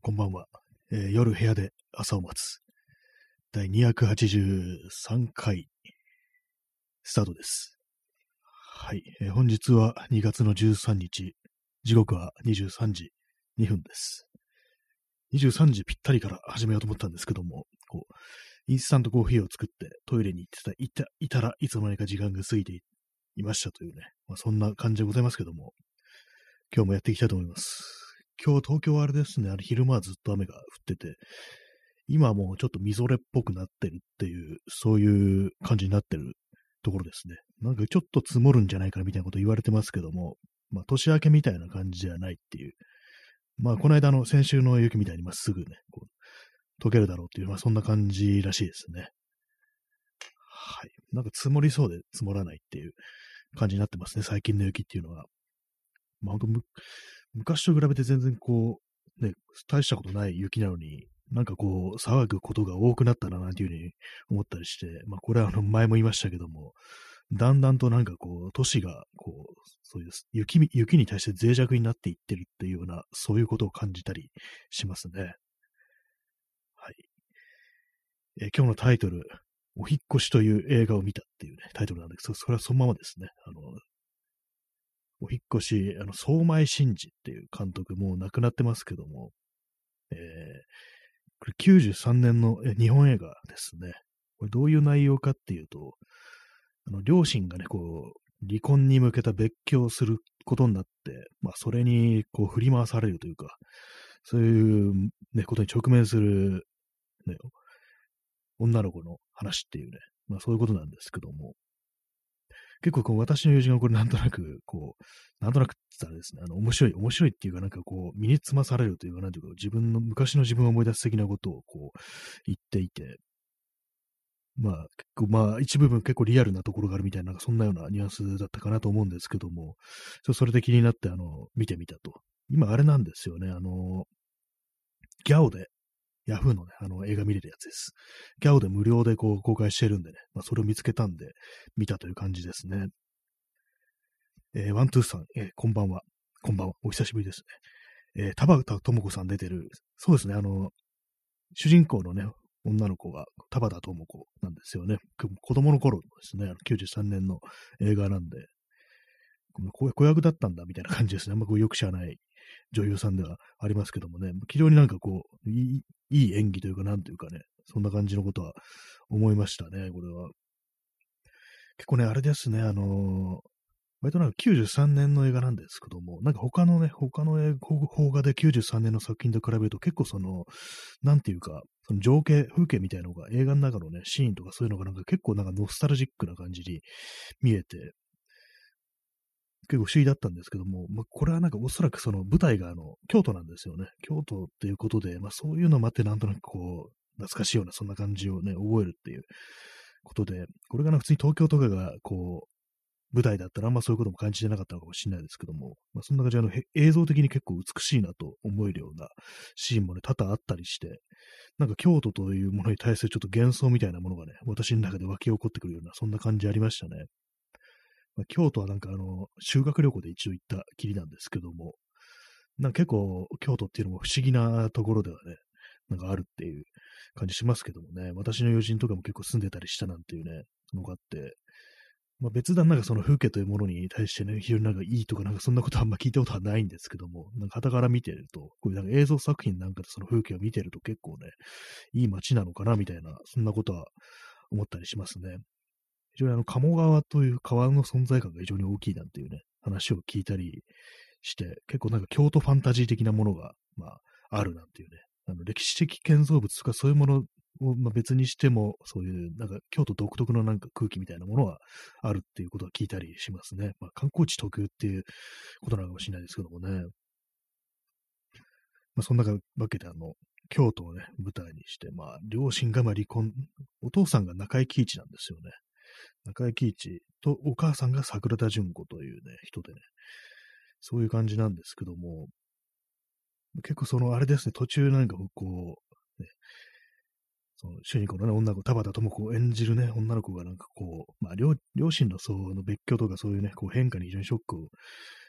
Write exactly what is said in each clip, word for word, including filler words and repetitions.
こんばんは、えー夜部屋で朝を待つ。だいにひゃくはちじゅうさんかい、スタートです。はい、えー本日はにがつのじゅうさんにち、時刻はにじゅうさんじにふんです。にじゅうさんじぴったりから始めようと思ったんですけども、こう、インスタントコーヒーを作ってトイレに行ってた、いた、いたらいつの間にか時間が過ぎていましたというね、まあ、そんな感じでございますけども、今日もやっていきたいと思います。今日東京はあれですね、あれ昼間はずっと雨が降ってて、今はもうちょっとみぞれっぽくなってるっていう、そういう感じになってるところですね。なんかちょっと積もるんじゃないかなみたいなこと言われてますけども、まあ年明けみたいな感じじゃないっていう。まあこの間の先週の雪みたいにまっすぐね、こう溶けるだろうっていう、まあそんな感じらしいですね。はい。なんか積もりそうで積もらないっていう感じになってますね、最近の雪っていうのは。まあ本当む、昔と比べて全然こう、ね、大したことない雪なのに、なんかこう、騒ぐことが多くなったな、なんていうふうに思ったりして、まあ、これはあの、前も言いましたけども、だんだんとなんかこう、都市が、こう、そういう雪み、雪に対して脆弱になっていってるっていうような、そういうことを感じたりしますね。はい。えー今日のタイトル、お引っ越しという映画を見たっていうね、タイトルなんですけど、それはそのままですね。あの、お引っ越し、あの、相米真司っていう監督、もう亡くなってますけども、えーこれきゅうじゅうさんねんのえ日本映画ですね。これどういう内容かっていうと、あの両親がね、こう、離婚に向けた別居をすることになって、まあ、それにこう振り回されるというか、そういう、ね、ことに直面する、ね、女の子の話っていうね、まあ、そういうことなんですけども、結構こう私の友人がこれなんとなく、こう、なんとなくって言ったらですね、あの、面白い、面白いっていうかなんかこう、身につまされるというか、なんていうか、自分の、昔の自分を思い出す的なことをこう、言っていて、まあ、結構まあ、一部分結構リアルなところがあるみたいな、なんかそんなようなニュアンスだったかなと思うんですけども、ちょそれで気になって、あの、見てみたと。今、あれなんですよね、あの、ギャオで、ヤフーのね、あの、映画見れるやつです。ギャオで無料でこう、公開してるんでね、まあ、それを見つけたんで、見たという感じですね。えーワントゥーさん、えーこんばんは。こんばんは。お久しぶりですね。えー、田畑智子さん出てる、そうですね、あの、主人公のね、女の子が田畑智子なんですよね。く子供の頃ですね、あのきゅうじゅうさんねんの映画なんで、この子子役だったんだみたいな感じですね。あんまこうよく知らない女優さんではありますけどもね、非常になんかこう、いいいい演技というか、なんというかね、そんな感じのことは思いましたね、これは。結構ね、あれですね、あのー割となんかきゅうじゅうさんねんの映画なんですけども、なんか他のね、他の映画邦画できゅうじゅうさんねんの作品と比べると結構その、なんていうか、その情景、風景みたいなのが映画の中のね、シーンとかそういうのがなんか結構なんかノスタルジックな感じに見えて、結構不思議だったんですけども、まあ、これはなんかおそらくその舞台があの、京都なんですよね。京都っていうことで、まあそういうのもあってなんとなくこう、懐かしいようなそんな感じをね、覚えるっていうことで、これがな普通に東京とかがこう、舞台だったらあんまそういうことも感じてなかったのかもしれないですけども、まあ、そんな感じであのへ映像的に結構美しいなと思えるようなシーンもね、多々あったりして、なんか京都というものに対するちょっと幻想みたいなものがね、私の中で湧き起こってくるような、そんな感じありましたね。まあ、京都はなんかあの、修学旅行で一応行ったきりなんですけども、なんか結構京都っていうのも不思議なところではね、なんかあるっていう感じしますけどもね、私の友人とかも結構住んでたりしたなんていうね、のがあって、まあ、別段なんかその風景というものに対してね、非常になんかいいとかなんかそんなことはあんま聞いたことはないんですけども、なんか傍から見てると、こういうなんか映像作品なんかでその風景を見てると結構ね、いい街なのかなみたいな、そんなことは思ったりしますね。非常にあの、鴨川という川の存在感が非常に大きいなんていうね、話を聞いたりして、結構なんか京都ファンタジー的なものが、まあ、あるなんていうね、あの歴史的建造物とかそういうものを、まあ、別にしても、そういうなんか京都独特のなんか空気みたいなものはあるっていうことは聞いたりしますね。まあ、観光地特有っていうことなのかもしれないですけどもね。まあ、そんなわけであの、京都をね、舞台にして、まあ、両親がまあ離婚、お父さんが中井貴一なんですよね。中井貴一とお母さんが桜田淳子というね、人でね、そういう感じなんですけども、結構そのあれですね、途中なんかこう、ね、その主人公のね、女の子、田畑智子を演じるね、女の子がなんかこう、まあ両、両親のその別居とかそういうね、こう変化に非常にショックを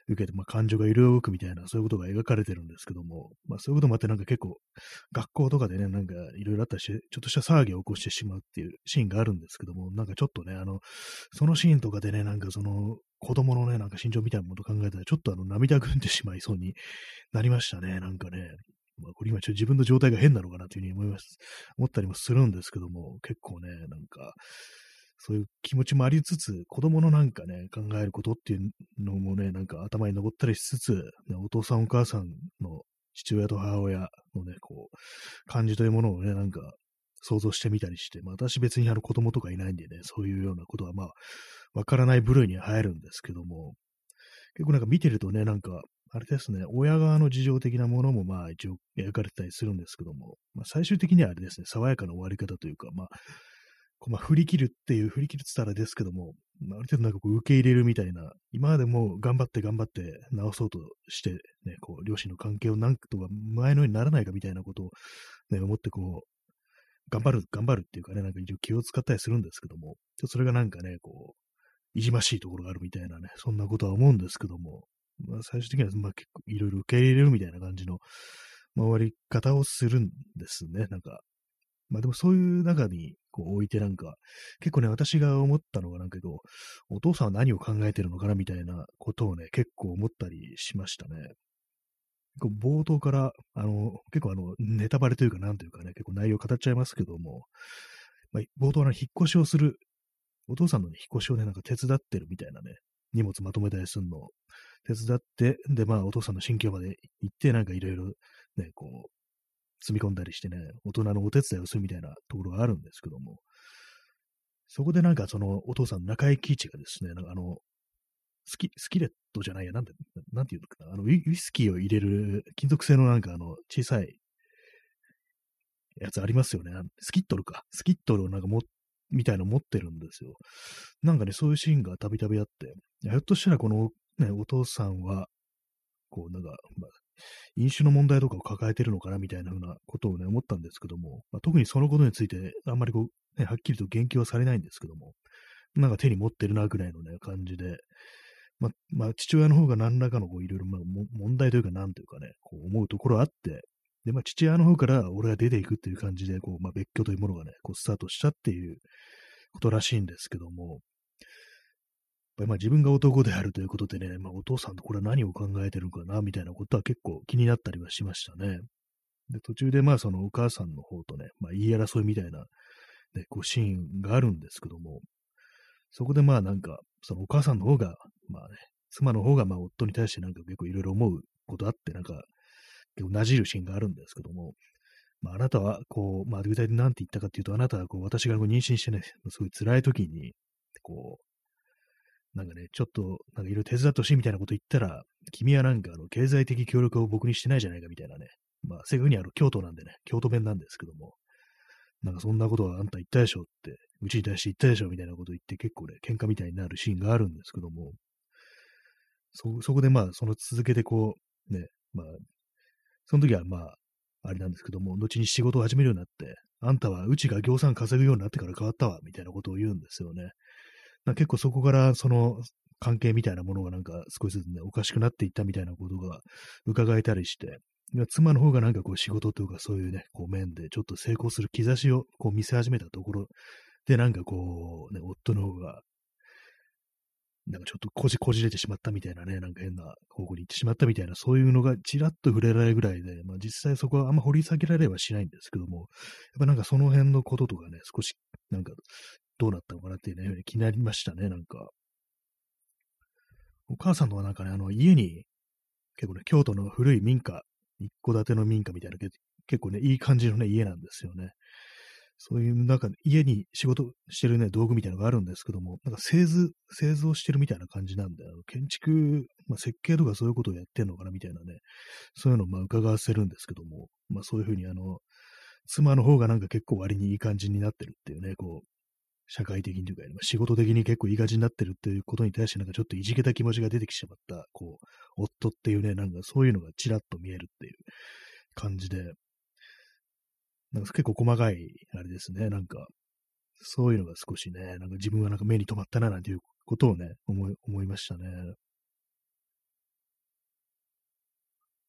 受けて、まあ、感情が揺れ動くみたいな、そういうことが描かれてるんですけども、まあ、そういうこともあって、なんか結構、学校とかでね、なんかいろいろあったりして、ちょっとした騒ぎを起こしてしまうっていうシーンがあるんですけども、なんかちょっとね、あの、そのシーンとかでね、なんかその、子供のね、なんか心情みたいなものを考えたら、ちょっとあの、涙ぐんでしまいそうになりましたね、なんかね。まあ、これ今ちょっと自分の状態が変なのかなというふうに思います、思ったりもするんですけども、結構ね、なんか、そういう気持ちもありつつ、子供のなんかね、考えることっていうのもね、なんか頭に残ったりしつつ、ね、お父さんお母さんの父親と母親のね、こう、感じというものをね、なんか想像してみたりして、まあ私別にあの子供とかいないんでね、そういうようなことはまあ、わからない部類に入るんですけども、結構なんか見てるとね、なんか、あれですね、親側の事情的なものもまあ一応描かれてたりするんですけども、まあ最終的にはあれですね、爽やかな終わり方というか、まあ、こうまあ、振り切るっていう、振り切るって言ったらあれですけども、まあ、ある程度なんかこう受け入れるみたいな、今までもう頑張って頑張って直そうとして、ね、こう、両親の関係をなんとか前のようにならないかみたいなことをね、思ってこう、頑張る、頑張るっていうかね、なんか一応気を使ったりするんですけども、ちょっとそれがなんかね、こう、いじましいところがあるみたいなね、そんなことは思うんですけども、まあ、最終的には、まあ、結構いろいろ受け入れるみたいな感じの回り方をするんですね。なんか、まあでもそういう中にこう置いてなんか、結構ね、私が思ったのがなんかこう、お父さんは何を考えてるのかなみたいなことをね、結構思ったりしましたね。こう冒頭から、あの、結構あの、ネタバレというかなんというかね、結構内容語っちゃいますけども、まあ、冒頭の引っ越しをする、お父さんの、ね、引っ越しをね、なんか手伝ってるみたいなね、荷物まとめたりするのを手伝って、で、まあお父さんの新居まで行って、なんかいろいろね、こう、積み込んだりしてね、大人のお手伝いをするみたいなところがあるんですけども、そこでなんかそのお父さんの中井貴一がですね、なんかあの、スキ、スキレットじゃないや、なんて、なんていうのかな、あのウィ、ウイスキーを入れる金属製のなんかあの、小さいやつありますよね。スキットルか。スキットルをなんかも、みたいの持ってるんですよ。なんかね、そういうシーンがたびたびあって、ひょっとしたらこのね、お父さんは、こうなんか、まあ、飲酒の問題とかを抱えてるのかなみたいな風なことをね、思ったんですけども、まあ、特にそのことについてあんまりこう、ね、はっきりと言及はされないんですけども、なんか手に持ってるなぐらいのね、感じで、まあ、まあ、父親の方が何らかのこういろいろ、まあ、も問題というか、なんというかね、こう思うところあって、で、まあ、父親の方から俺が出ていくっていう感じで、こう、まあ、別居というものがね、こう、スタートしたっていうことらしいんですけども、ぱりまあ自分が男であるということでね、まあお父さんとこれは何を考えてるのかな、みたいなことは結構気になったりはしましたね。で、途中でまあそのお母さんの方とね、まあ言い争いみたいな、ね、こうシーンがあるんですけども、そこでまあなんか、そのお母さんの方が、まあね、妻の方がまあ夫に対してなんか結構いろいろ思うことあって、なんか結構なじるシーンがあるんですけども、まああなたはこう、まあ具体的に何て言ったかっていうと、あなたはこう私がこう妊娠してね、すごい辛い時に、こう、なんかね、ちょっと、なんかいろいろ手伝ってほしいみたいなこと言ったら、君はなんかあの、経済的協力を僕にしてないじゃないかみたいなね。まあ、正確にはあの、京都なんでね、京都弁なんですけども、なんかそんなことはあんた言ったでしょって、うちに対して言ったでしょみたいなこと言って結構ね、喧嘩みたいになるシーンがあるんですけども、そ、そこでまあ、その続けてこう、ね、まあ、その時はまあ、あれなんですけども、後に仕事を始めるようになって、あんたはうちが業産稼ぐようになってから変わったわ、みたいなことを言うんですよね。な結構そこからその関係みたいなものがなんか少しずつね、おかしくなっていったみたいなことが伺えたりして、妻の方がなんかこう仕事というかそういうね、こう面でちょっと成功する兆しをこう見せ始めたところで、なんかこう、ね、夫の方が、なんかちょっとこじこじれてしまったみたいなね、なんか変な方向に行ってしまったみたいな、そういうのがちらっと触れられるぐらいで、まあ実際そこはあんま掘り下げられはしないんですけども、やっぱなんかその辺のこととかね、少しなんかどうなったのかなっていうね、気になりましたね、なんか。お母さんのはなんかね、あの、家に、結構ね、京都の古い民家、一戸建ての民家みたいな、け結構ね、いい感じのね、家なんですよね。そういう、なんか、家に仕事してるね、道具みたいなのがあるんですけども、なんか製図、製図をしてるみたいな感じなんで、あの建築、まあ、設計とかそういうことをやってんのかなみたいなね、そういうのをまあ伺わせるんですけども、まあそういうふうにあの、妻の方がなんか結構割にいい感じになってるっていうね、こう、社会的にというか、仕事的に結構いい感じになってるっていうことに対して、なんかちょっといじけた気持ちが出てきてしまった、こう、夫っていうね、なんかそういうのがちらっと見えるっていう感じで、なんか結構細かい、あれですね、なんか、そういうのが少しね、なんか自分はなんか目に留まったな、なんていうことをね、思い、思いましたね。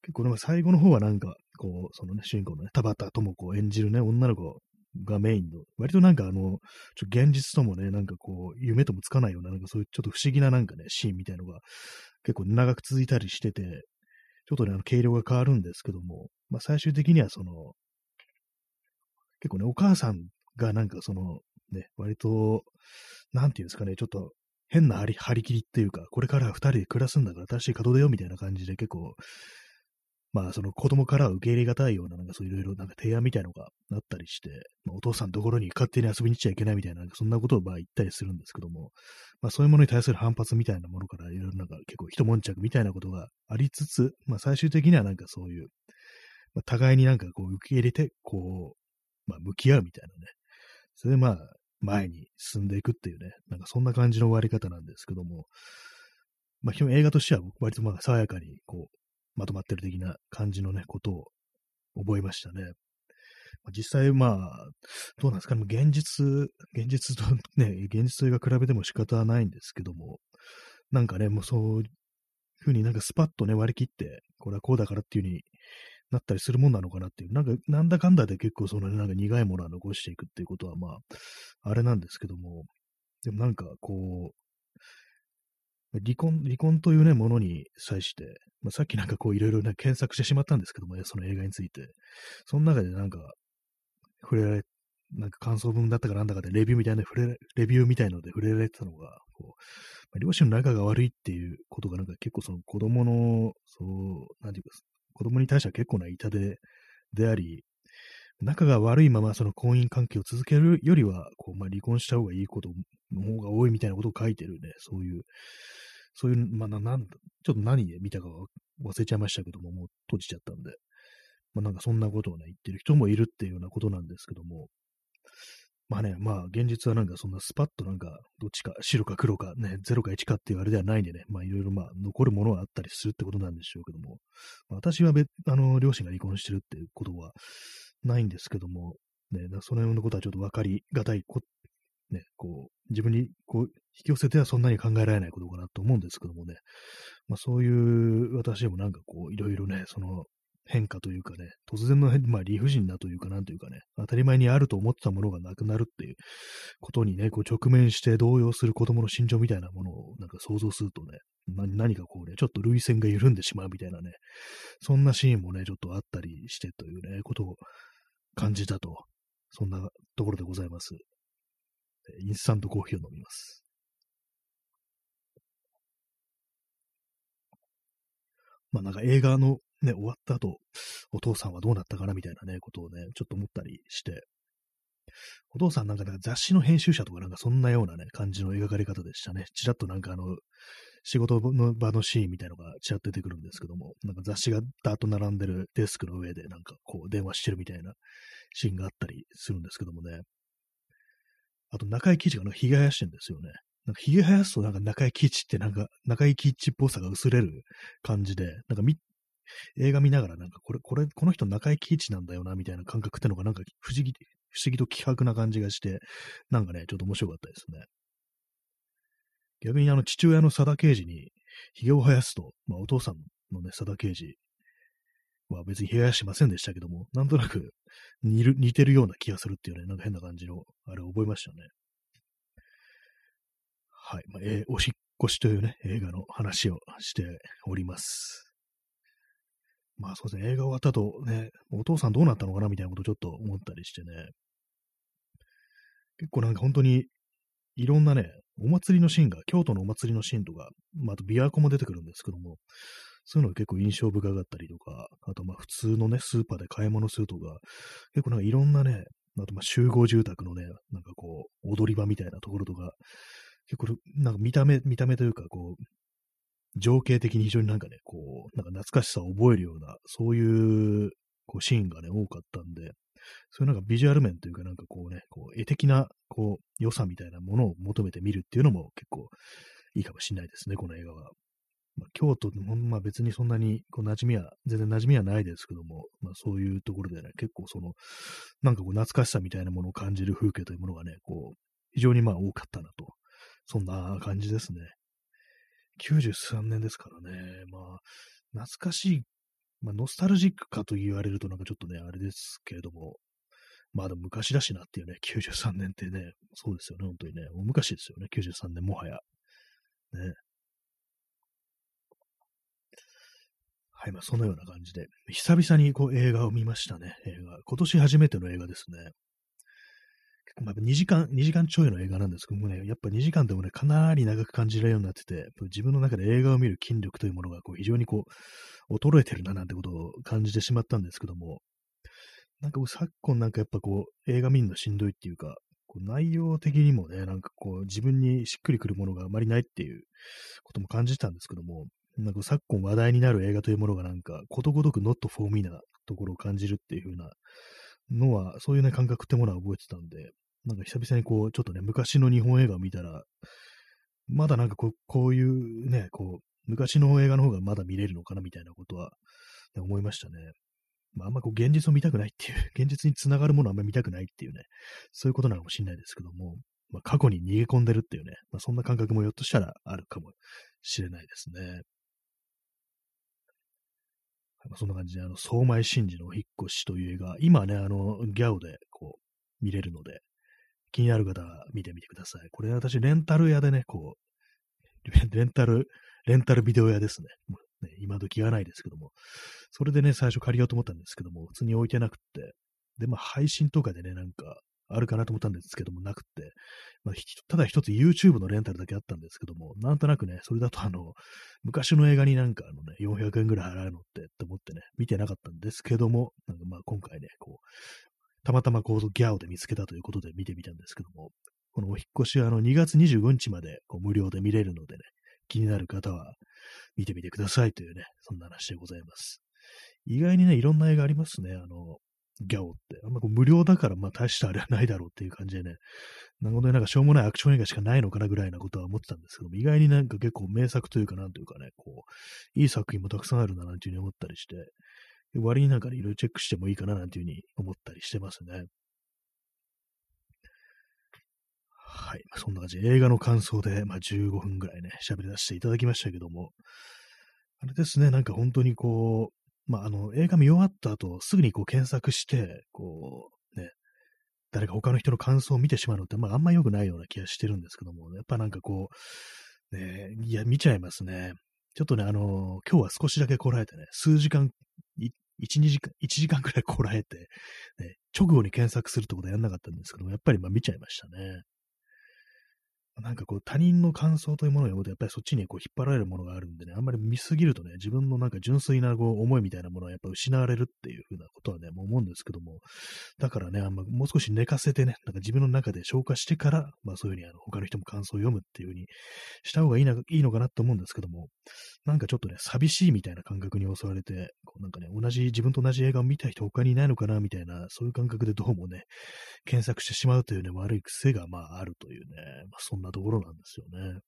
結構なんか最後の方はなんか、こう、そのね、主人公のね、田畑智子を演じるね、女の子がメインの、割となんかあの、ちょ現実ともね、なんかこう、夢ともつかないような、なんかそういうちょっと不思議ななんかね、シーンみたいのが結構長く続いたりしてて、ちょっとね、あの、軽量が変わるんですけども、まあ最終的にはその、結構ね、お母さんがなんかその、ね、割と、なんていうんですかね、ちょっと変な張り張り切りっていうか、これから二人で暮らすんだから新しい門出よみたいな感じで結構、まあその子供からは受け入れがたいような、なんかそういろいろなんか提案みたいのがあったりして、まあ、お父さんのところに勝手に遊びに来ちゃいけないみたいな、なんかそんなことをまあ言ったりするんですけども、まあそういうものに対する反発みたいなものからいろいろなんか結構一悶着みたいなことがありつつ、まあ最終的にはなんかそういう、まあ、互いになんかこう受け入れて、こう、まあ向き合うみたいなね、それでまあ前に進んでいくっていうね、なんかそんな感じの終わり方なんですけども、まあ基本映画としては割とまあ爽やかにこう、まとまってる的な感じのね、ことを覚えましたね。まあ、実際、まあ、どうなんですかね、現実、現実とね、現実が比べても仕方はないんですけども、なんかね、もうそういうふうになんかスパッとね、割り切って、これはこうだからっていう風になったりするもんなのかなっていう、なんか、なんだかんだで結構そのね、なんか苦いものは残していくっていうことは、まあ、あれなんですけども、でもなんかこう、離婚、離婚というね、ものに際して、まあ、さっきなんかこういろいろね、検索してしまったんですけどもね、その映画について。その中でなんか、触れられ、なんか感想文だったかなんだかでレビューみたいな、触れ、レビューみたいので触れられてたのが、こう、まあ、両親の仲が悪いっていうことがなんか結構その子供の、そう、なんていうか、子供に対しては結構な痛手であり、仲が悪いままその婚姻関係を続けるよりは、こう、まあ、離婚した方がいいことの方が多いみたいなことを書いてるね、そういう、そういう、まあ、ななんだ、ちょっと何で見たかは忘れちゃいましたけども、もう閉じちゃったんで、まあ、なんかそんなことをね、言ってる人もいるっていうようなことなんですけども、まあね、まあ現実はなんかそんなスパッとなんかどっちか白か黒かね、ゼロかいちかっていうあれではないんでね、まあいろいろまあ残るものはあったりするってことなんでしょうけども、まあ、私は別、あの、両親が離婚してるっていうことはないんですけども、ね、その辺のことはちょっと分かりがたいこ、ね、こう、自分にこう引き寄せてはそんなに考えられないことかなと思うんですけどもね、まあそういう私でもなんかこう、いろいろね、その変化というかね、突然の変、まあ理不尽なというかなんというかね、当たり前にあると思ってたものがなくなるっていうことにね、こう直面して動揺する子供の心情みたいなものをなんか想像するとね、な何かこうね、ちょっと類線が緩んでしまうみたいなね、そんなシーンもね、ちょっとあったりしてというね、ことを感じたと、そんなところでございます。インスタントコーヒーを飲みます。まあなんか映画のね、終わった後、お父さんはどうなったかなみたいなね、ことをね、ちょっと思ったりして、お父さんなんかなんか雑誌の編集者とかなんかそんなようなね、感じの描かれ方でしたね。ちらっとなんかあの、仕事の場のシーンみたいのがちらっと出てくるんですけども、なんか雑誌がダーッと並んでるデスクの上でなんかこう電話してるみたいなシーンがあったりするんですけどもね。あと中井貴一がのひげ生やしてるんですよね。なんかひげ生やすとなんか中井貴一ってなんか中井貴一っぽさが薄れる感じで、なんかみ映画見ながらなんかこれ、これ、この人中井貴一なんだよなみたいな感覚ってのがなんか不思議、不思議と希薄な感じがして、なんかね、ちょっと面白かったですね。逆にあの父親の佐田刑事に髭を生やすと、まあお父さんのね、佐田刑事は別に髭生やしませんでしたけども、なんとなく似る、似てるような気がするっていうね、なんか変な感じの、あれを覚えましたね。はい。まあ、えー、おしっこしというね、映画の話をしております。まあそうですね、映画終わった後ね、お父さんどうなったのかなみたいなことをちょっと思ったりしてね、結構なんか本当にいろんなね、お祭りのシーンが、京都のお祭りのシーンとか、まあ、あと琵琶湖も出てくるんですけども、そういうのが結構印象深かったりとか、あとまあ普通のね、スーパーで買い物するとか、結構なんかいろんなね、あとまあ集合住宅のね、なんかこう、踊り場みたいなところとか、結構なんか見た目、見た目というか、こう、情景的に非常になんかね、こう、なんか懐かしさを覚えるような、そういうこうシーンがね、多かったんで、そういうなんかビジュアル面というか、なんかこうね、こう絵的なこう良さみたいなものを求めてみるっていうのも結構いいかもしれないですね、この映画は。まあ、京都も、まあ、別にそんなにこう馴染みは、全然馴染みはないですけども、まあ、そういうところでね、結構その、なんかこう懐かしさみたいなものを感じる風景というものがね、こう、非常にまあ多かったなと。そんな感じですね。きゅうじゅうさんねんですからね。まあ、懐かしいまあ、ノスタルジックかと言われるとなんかちょっとね、あれですけれども、まあでも昔だしなっていうね、きゅうじゅうさんねんってね、そうですよね、本当にね、大昔ですよね、きゅうじゅうさんねんもはや。ね。はい、まあそのような感じで、久々にこう映画を見ましたね、映画。今年初めての映画ですね。まあ、にじかん、にじかんちょいの映画なんですけどもね、やっぱにじかんでもね、かなり長く感じられるようになってて、自分の中で映画を見る筋力というものがこう非常にこう、衰えてるななんてことを感じてしまったんですけども、なんか昨今なんかやっぱこう、映画見るのしんどいっていうか、こう内容的にもね、なんかこう、自分にしっくりくるものがあまりないっていうことも感じたんですけども、なんか昨今話題になる映画というものがなんか、ことごとく not for me なところを感じるっていう風なのは、そういうね、感覚ってものは覚えてたんで、なんか久々にこう、ちょっとね、昔の日本映画を見たら、まだなんかこう、こういうね、こう、昔の映画の方がまだ見れるのかなみたいなことは、ね、思いましたね。まあ、あんまこう、現実を見たくないっていう、現実につながるものをあんまり見たくないっていうね、そういうことなのかもしれないですけども、まあ、過去に逃げ込んでるっていうね、まあ、そんな感覚もひょっとしたらあるかもしれないですね。まあ、そんな感じで、あの、相米真司のお引っ越しという映画、今ね、あの、ギャオでこう、見れるので、気になる方は見てみてください。これ私、レンタル屋でね、こう、レンタル、レンタルビデオ屋ですね。もうね今時はないですけども。それでね、最初借りようと思ったんですけども、普通に置いてなくって、で、まあ、配信とかでね、なんか、あるかなと思ったんですけども、なくって、まあ、ただ一つ YouTube のレンタルだけあったんですけども、なんとなくね、それだとあの、昔の映画になんかあのね、よんひゃくえんぐらい払うのってって思ってね、見てなかったんですけども、なんかまあ今回ね、こう、たまたまこうギャオで見つけたということで見てみたんですけども、このお引っ越しはあのにがつにじゅうごにちまでこう無料で見れるのでね、気になる方は見てみてくださいというね、そんな話でございます。意外にね、いろんな映画ありますね、あの、ギャオって。あんまこう無料だから、まあ大したあれはないだろうっていう感じでね、なのでなんかしょうもないアクション映画しかないのかなぐらいなことは思ってたんですけども、意外になんか結構名作というかなんというかね、こう、いい作品もたくさんあるななんていうふうに思ったりして、割になんかね、いろいろチェックしてもいいかななんていうふうに思ったりしてますね。はい。まあ、そんな感じで映画の感想で、まあ、じゅうごふんぐらいね、喋り出していただきましたけども、あれですね、なんか本当にこう、まあ、あの、映画見終わった後、すぐにこう検索して、こう、ね、誰か他の人の感想を見てしまうのって、まあ、あんま良くないような気がしてるんですけども、やっぱなんかこう、ね、いや、見ちゃいますね。ちょっとね、あの、今日は少しだけこらえてね、数時間、いいち、にじかん、いちじかんくらいこらえて、ね、直後に検索するってことはやんなかったんですけども、やっぱりまあ見ちゃいましたね。なんかこう他人の感想というものを読むと、やっぱりそっちにこう引っ張られるものがあるんでね、あんまり見すぎるとね、自分のなんか純粋なこう思いみたいなものはやっぱ失われるっていうふうなことはね、もう思うんですけども、だからね、あんまもう少し寝かせてね、なんか自分の中で消化してから、まあそういうふうにあの他の人も感想を読むっていうふうにした方がいいな、いいのかなと思うんですけども、なんかちょっとね、寂しいみたいな感覚に襲われて、こうなんかね、同じ、自分と同じ映画を見た人他にいないのかなみたいな、そういう感覚でどうもね、検索してしまうというね、悪い癖がまああるというね、まあ、そんなところなんですよね。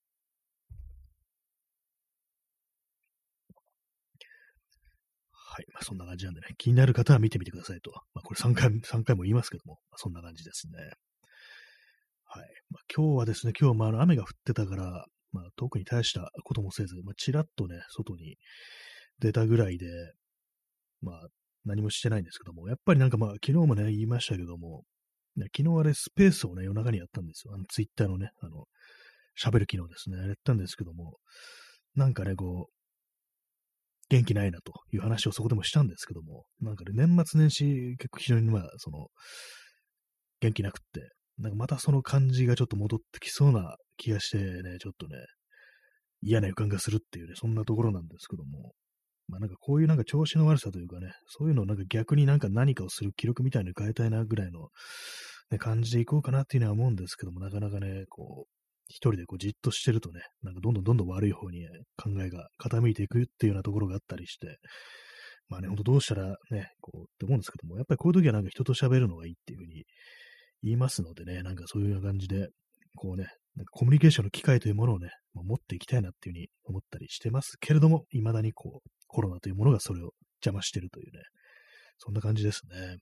はい。まあ、そんな感じなんでね、気になる方は見てみてくださいと。まあ、これさんかい、さんかいも言いますけども、まあ、そんな感じですね。はい。まあ、今日はですね、今日はまああの雨が降ってたから、まあ、特に大したこともせず、まあ、ちらっとね、外に出たぐらいで、まあ、何もしてないんですけども、やっぱりなんかまあ、昨日もね、言いましたけども、ね昨日あれ、スペースをね、夜中にやったんですよ。あの、ツイッターのね、あの、喋る機能ですね、やったんですけども、なんかね、こう、元気ないなという話をそこでもしたんですけども、なんかね、年末年始、結構非常にまあ、その、元気なくって、なんかまたその感じがちょっと戻ってきそうな気がしてね、ちょっとね、嫌な予感がするっていうね、そんなところなんですけども、まあなんかこういうなんか調子の悪さというかね、そういうのをなんか逆になんか何かをする記録みたいに変えたいなぐらいの、ね、感じでいこうかなっていうのは思うんですけども、なかなかね、こう、一人でこうじっとしてるとね、なんかどんどんどんどん悪い方にね考えが傾いていくっていうようなところがあったりして、まあね、ほんとどうしたらね、こうって思うんですけども、やっぱりこういう時はなんか人と喋るのがいいっていうふうに言いますのでね、なんかそういうような感じで、こうね、なんかコミュニケーションの機会というものをね、まあ持っていきたいなっていうふうに思ったりしてますけれども、未だにこう、コロナというものがそれを邪魔してるというね、そんな感じですね。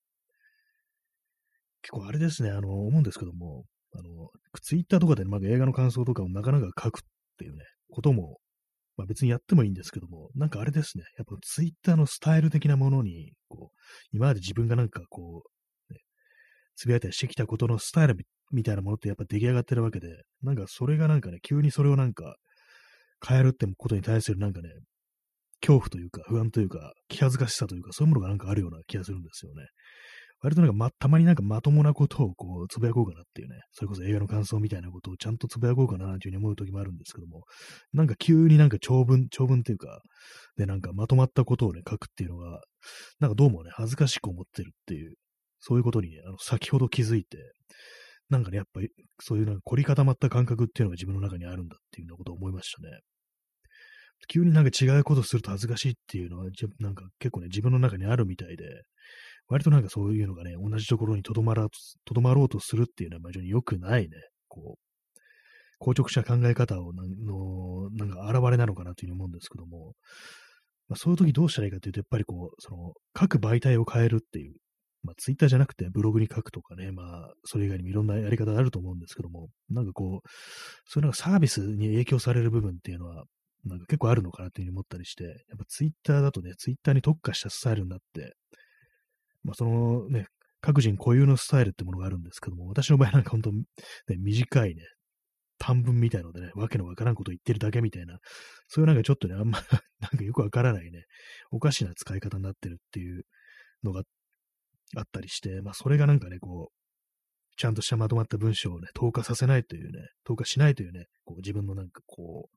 結構あれですね、あの、思うんですけども、あの、ツイッターとかで、まあ、映画の感想とかをなかなか書くっていうね、こともまあ別にやってもいいんですけども、なんかあれですね。やっぱツイッターのスタイル的なものに、こう、今まで自分がなんかこう、ね、つぶやいたりしてきたことのスタイルみみたいなものってやっぱ出来上がってるわけで、なんかそれがなんかね、急にそれをなんか変えるってことに対するなんかね、恐怖というか不安というか気恥ずかしさというかそういうものがなんかあるような気がするんですよね。割となんかま、たまになんかまともなことをこうつぶやこうかなっていうね、それこそ映画の感想みたいなことをちゃんとつぶやこうかななんていうふうに思う時もあるんですけども、なんか急になんか長文、長文っていうか、でなんかまとまったことをね、書くっていうのが、なんかどうもね、恥ずかしく思ってるっていう、そういうことにね、あの先ほど気づいて、なんかね、やっぱりそういうなんか凝り固まった感覚っていうのが自分の中にあるんだっていうようなことを思いましたね。急になんか違うことすると恥ずかしいっていうのは、じゃなんか結構ね、自分の中にあるみたいで、割となんかそういうのがね、同じところにとどまら、とどまろうとするっていうのは、まあ、非常に良くないね、こう、硬直した考え方をなんの、なんか現れなのかなというふうに思うんですけども、まあ、そういう時どうしたらいいかというと、やっぱりこう、その、各媒体を変えるっていう、まあ、ツイッターじゃなくてブログに書くとかね、まあ、それ以外にもいろんなやり方あると思うんですけども、なんかこう、そういうなんかサービスに影響される部分っていうのは、なんか結構あるのかなというふうに思ったりして、やっぱツイッターだとね、ツイッターに特化したスタイルになって、まあ、そのね、各人固有のスタイルってものがあるんですけども、私の場合なんか本当、ね、短いね、短文みたいのでね、わけのわからんこと言ってるだけみたいな、そういうなんかちょっとね、あんまなんかよくわからないね、おかしな使い方になってるっていうのがあったりして、まあ、それがなんかね、こう、ちゃんとしたまとまった文章をね、投下させないというね、投下しないというね、こう自分のなんかこ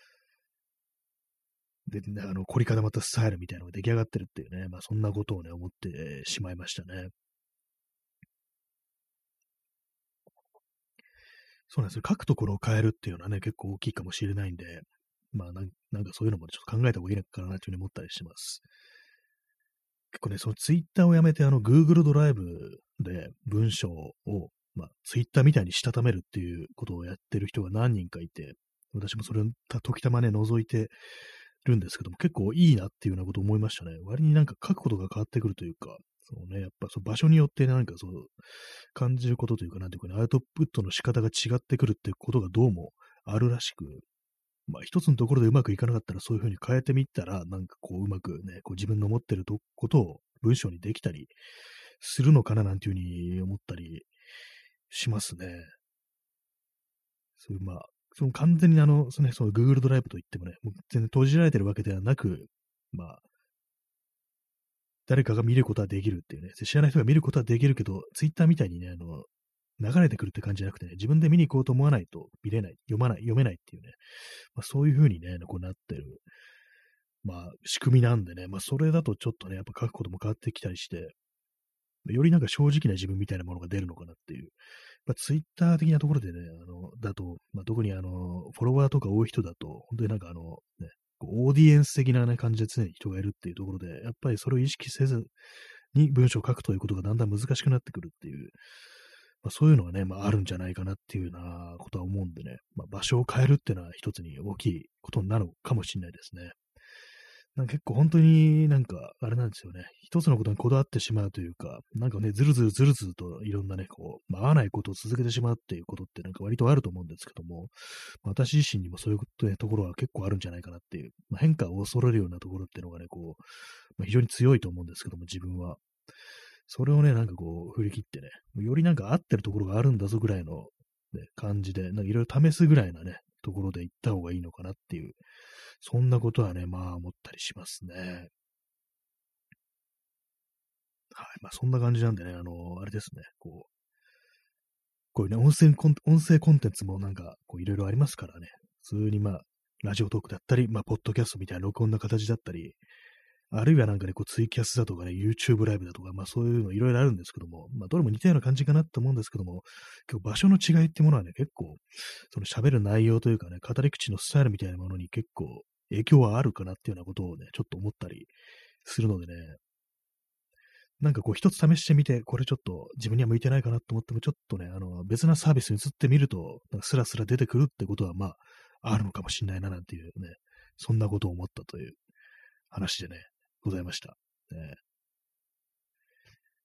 う、で、あの、凝り固まったスタイルみたいなのが出来上がってるっていうね、まあ、そんなことをね、思ってしまいましたね。そうなんですよ。書くところを変えるっていうのはね、結構大きいかもしれないんで、まあなん、なんかそういうのもちょっと考えた方がいいのかなというふうに思ったりしてます。結構ね、そのツイッターをやめて、あの、Google ドライブで文章を、まあ、ツイッターみたいにしたためるっていうことをやってる人が何人かいて、私もそれをた時たまね、覗いてるんですけども、結構いいなっていうようなことを思いましたね。割になんか書くことが変わってくるというか、そうね、やっぱその場所によってなんかそう、感じることというか、なんていうかね、アウトプットの仕方が違ってくるっていうことがどうもあるらしく、まあ一つのところでうまくいかなかったらそういうふうに変えてみたら、なんかこううまくね、こう自分の思ってるとことを文章にできたりするのかななんていうふうに思ったりしますね。そういう、まあ、その完全にあの、そのね、その Google ドライブといってもね、もう全然閉じられてるわけではなく、まあ、誰かが見ることはできるっていうね、知らない人が見ることはできるけど、Twitter みたいにね、あの、流れてくるって感じじゃなくてね、自分で見に行こうと思わないと見れない、読まない、読めないっていうね、まあ、そういう風にね、こうなってる、まあ、仕組みなんでね、まあ、それだとちょっとね、やっぱ書くことも変わってきたりして、よりなんか正直な自分みたいなものが出るのかなっていう。まあ、ツイッター的なところでね、あの、だと、まあ、特にあの、フォロワーとか多い人だと、本当になんかあの、ね、こうオーディエンス的なね、感じで常に人がいるっていうところで、やっぱりそれを意識せずに文章を書くということがだんだん難しくなってくるっていう、まあ、そういうのがね、まあ、あるんじゃないかなっていうようなことは思うんでね、まあ、場所を変えるっていうのは一つに大きいことになるかもしれないですね。なんか結構本当になんか、あれなんですよね。一つのことにこだわってしまうというか、なんかね、ずるずるずるずるといろんなね、こう、まあ、合わないことを続けてしまうっていうことってなんか割とあると思うんですけども、まあ私自身にもそういうこと、ね、ところは結構あるんじゃないかなっていう、まあ、変化を恐れるようなところっていうのがね、こう、まあ、非常に強いと思うんですけども、自分は。それをね、なんかこう、振り切ってね、よりなんか合ってるところがあるんだぞぐらいの、ね、感じで、なんかいろいろ試すぐらいなね、ところで行った方がいいのかなっていう、そんなことはね、まあ思ったりしますね。はい。まあそんな感じなんでね、あの、あれですね、こう、こういうね、音声コン音声コンテンツもなんか、こういろいろありますからね、普通にまあ、ラジオトークだったり、まあ、ポッドキャストみたいな録音な形だったり、あるいはなんかね、こうツイキャスだとかね、YouTube ライブだとか、まあそういうのいろいろあるんですけども、まあどれも似たような感じかなと思うんですけども、結構場所の違いっていうものはね、結構、その喋る内容というかね、語り口のスタイルみたいなものに結構影響はあるかなっていうようなことをね、ちょっと思ったりするのでね、なんかこう一つ試してみて、これちょっと自分には向いてないかなと思っても、ちょっとね、あの、別なサービスに移ってみると、なんかスラスラ出てくるってことは、まあ、あるのかもしれないな、なんていうね、そんなことを思ったという話でね、ございました。ね、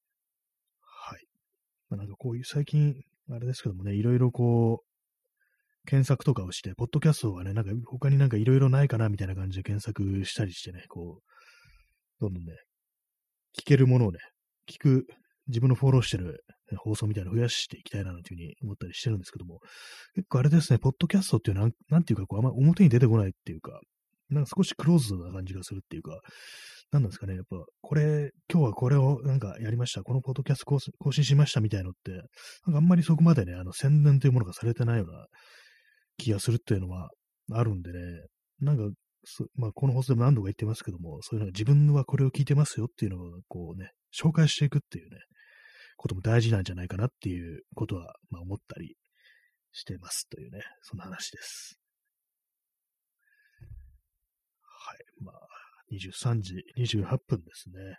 はい。まあ、なんかこういう最近、あれですけどもね、いろいろこう、 検索とかをして、ポッドキャストがね、なんか他になんかいろいろないかなみたいな感じで検索したりしてね、こう、どんどんね、聞けるものをね、聞く、自分のフォローしてる放送みたいなのを増やしていきたいなというふうに思ったりしてるんですけども、結構あれですね、ポッドキャストっていうのは、なんなんていうか、こう、あんま表に出てこないっていうか、なんか少しクローズドな感じがするっていうか、なんなんですかね、やっぱ、これ、今日はこれをなんかやりました、このポッドキャスト更新更新しましたみたいのって、なんかあんまりそこまでね、あの、宣伝というものがされてないような気がするっていうのはあるんでね、なんか、そまあ、この放送でも何度か言ってますけども、そういうのが自分はこれを聞いてますよっていうのを、こうね、紹介していくっていうね、ことも大事なんじゃないかなっていうことは、まあ、思ったりしてますというね、そんな話です。はい。まあ、にじゅうさんじにじゅうはっぷんですね。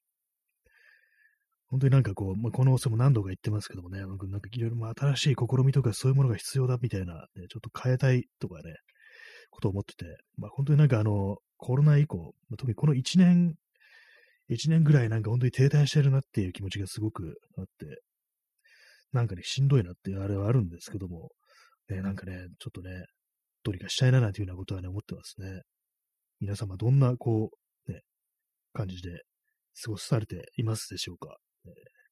本当になんかこう、まあ、この放送も何度か言ってますけどもね、なんかいろいろまあ新しい試みとかそういうものが必要だみたいな、ね、ちょっと変えたいとかね、ことを思ってて、まあ本当になんかあの、コロナ以降、まあ、特にこのいちねん、いちねんぐらいなんか本当に停滞してるなっていう気持ちがすごくあって、なんかね、しんどいなっていうあれはあるんですけども、ね、なんかね、ちょっとね、どうにかしたいななんていうようなことはね、思ってますね。皆様どんな、こう、ね、感じで過ごされていますでしょうか。ね、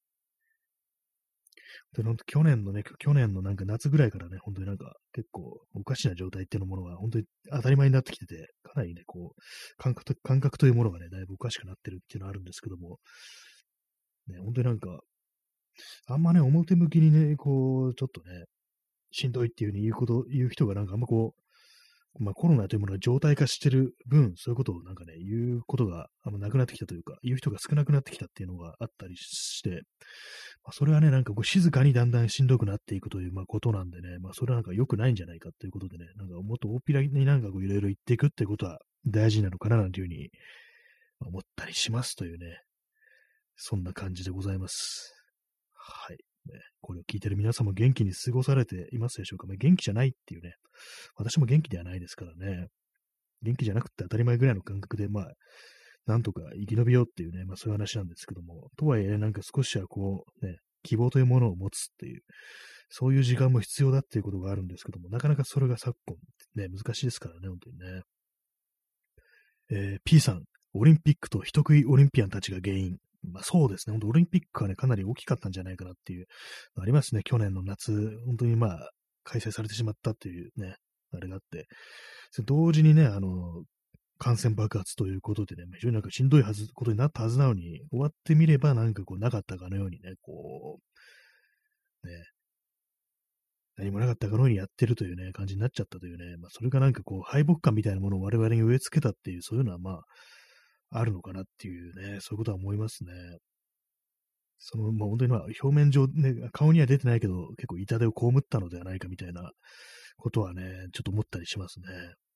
で、ほんと去年のね、去年のなんか夏ぐらいからね、本当になんか結構おかしな状態っていうものが本当に当たり前になってきてて、かなりね、こう、感覚と、感覚というものがね、だいぶおかしくなってるっていうのはあるんですけども、ね、本当になんか、あんまね、表向きにね、こう、ちょっとね、しんどいっていう風に言うこと、言う人がなんかあんまこう、まあコロナというものが常態化してる分、そういうことをなんかね、言うことがあんまなくなってきたというか、言う人が少なくなってきたっていうのがあったりして、まあ、それはね、なんかこう静かにだんだんしんどくなっていくという、まあ、ことなんでね、まあ、それはなんか良くないんじゃないかということでね、なんかもっと大っぴらになんかこういろいろ言っていくってことは大事なのかななんていうふうに思ったりしますというね、そんな感じでございます。はい。ね、これを聞いてる皆さんも元気に過ごされていますでしょうか。まあ、元気じゃないっていうね、私も元気ではないですからね、元気じゃなくて当たり前ぐらいの感覚で、まあ、なんとか生き延びようっていうね、まあそういう話なんですけども、とはいえ、なんか少しはこう、ね、希望というものを持つっていう、そういう時間も必要だっていうことがあるんですけども、なかなかそれが昨今、ね、難しいですからね、本当にね。えー、P さん、オリンピックと人食いオリンピアンたちが原因。まあそうですね、本当オリンピックはね、かなり大きかったんじゃないかなっていう、ありますね、去年の夏、本当にまあ、開催されてしまったっていうね、あれがあって、同時にね、あの、感染爆発ということでね、非常になんかしんどいはず、ことになったはずなのに、終わってみればなんかこうなかったかのようにね、こう、ね、何もなかったかのようにやってるというね、感じになっちゃったというね、まあそれがなんかこう敗北感みたいなものを我々に植え付けたっていう、そういうのはまあ、あるのかなっていうね、そういうことは思いますね。その、まあ本当にまあ表面上ね、顔には出てないけど、結構痛手を被ったのではないかみたいなことはね、ちょっと思ったりしますね。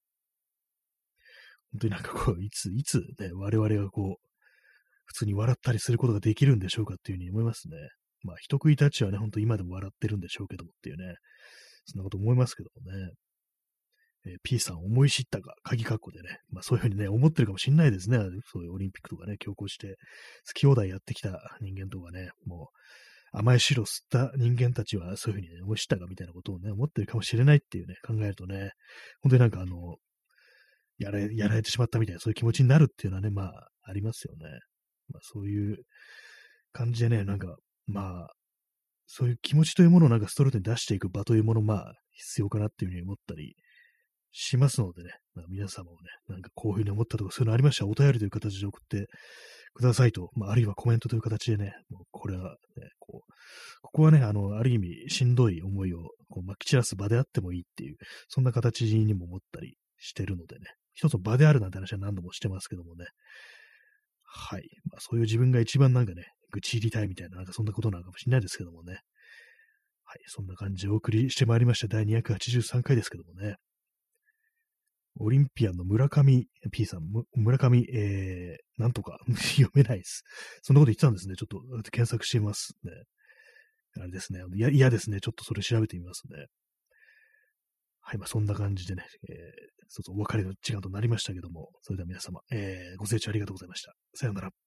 本当になんかこう、いつ、いつね、我々がこう、普通に笑ったりすることができるんでしょうかっていうふうに思いますね。まあ、人食いたちはね、ほんと今でも笑ってるんでしょうけどもっていうね、そんなこと思いますけどもね。えー P さん思い知ったか、鍵括弧でね、まあそういうふうにね、思ってるかもしんないですね。そういうオリンピックとかね、強行して、好き放題やってきた人間とかね、もう甘い汁を吸った人間たちはそういうふうにね、思い知ったかみたいなことをね、思ってるかもしれないっていうね、考えるとね、本当になんかあの、やられ、やられてしまったみたいな、そういう気持ちになるっていうのはね、まあ、ありますよね。まあ、そういう感じでね、なんか、まあ、そういう気持ちというものをなんかストレートに出していく場というもの、まあ、必要かなっていうふうに思ったりしますのでね、まあ、皆様もね、なんかこういうふうに思ったとか、そういうのありましたら、お便りという形で送ってくださいと、まあ、あるいはコメントという形でね、もうこれはね、こう、ここはね、あの、ある意味、しんどい思いをこうまき散らす場であってもいいっていう、そんな形にも思ったりしてるのでね、一つの場であるなんて話は何度もしてますけどもね、はい。まあ、そういう自分が一番なんかね、愚痴入りたいみたいな、なんかそんなことなのかもしれないですけどもね。はい。そんな感じでお送りしてまいりました。だいにひゃくはちじゅうさんかいですけどもね。オリンピアンの村上 P さん、む村上、えー、なんとか読めないです。そんなこと言ってたんですね。ちょっと検索してみますね。あれですね。いや、嫌ですね。ちょっとそれ調べてみますね。はい。まあ、そんな感じでね、えー、そうそう、お別れの時間となりましたけども、それでは皆様、えー、ご清聴ありがとうございました。さようなら。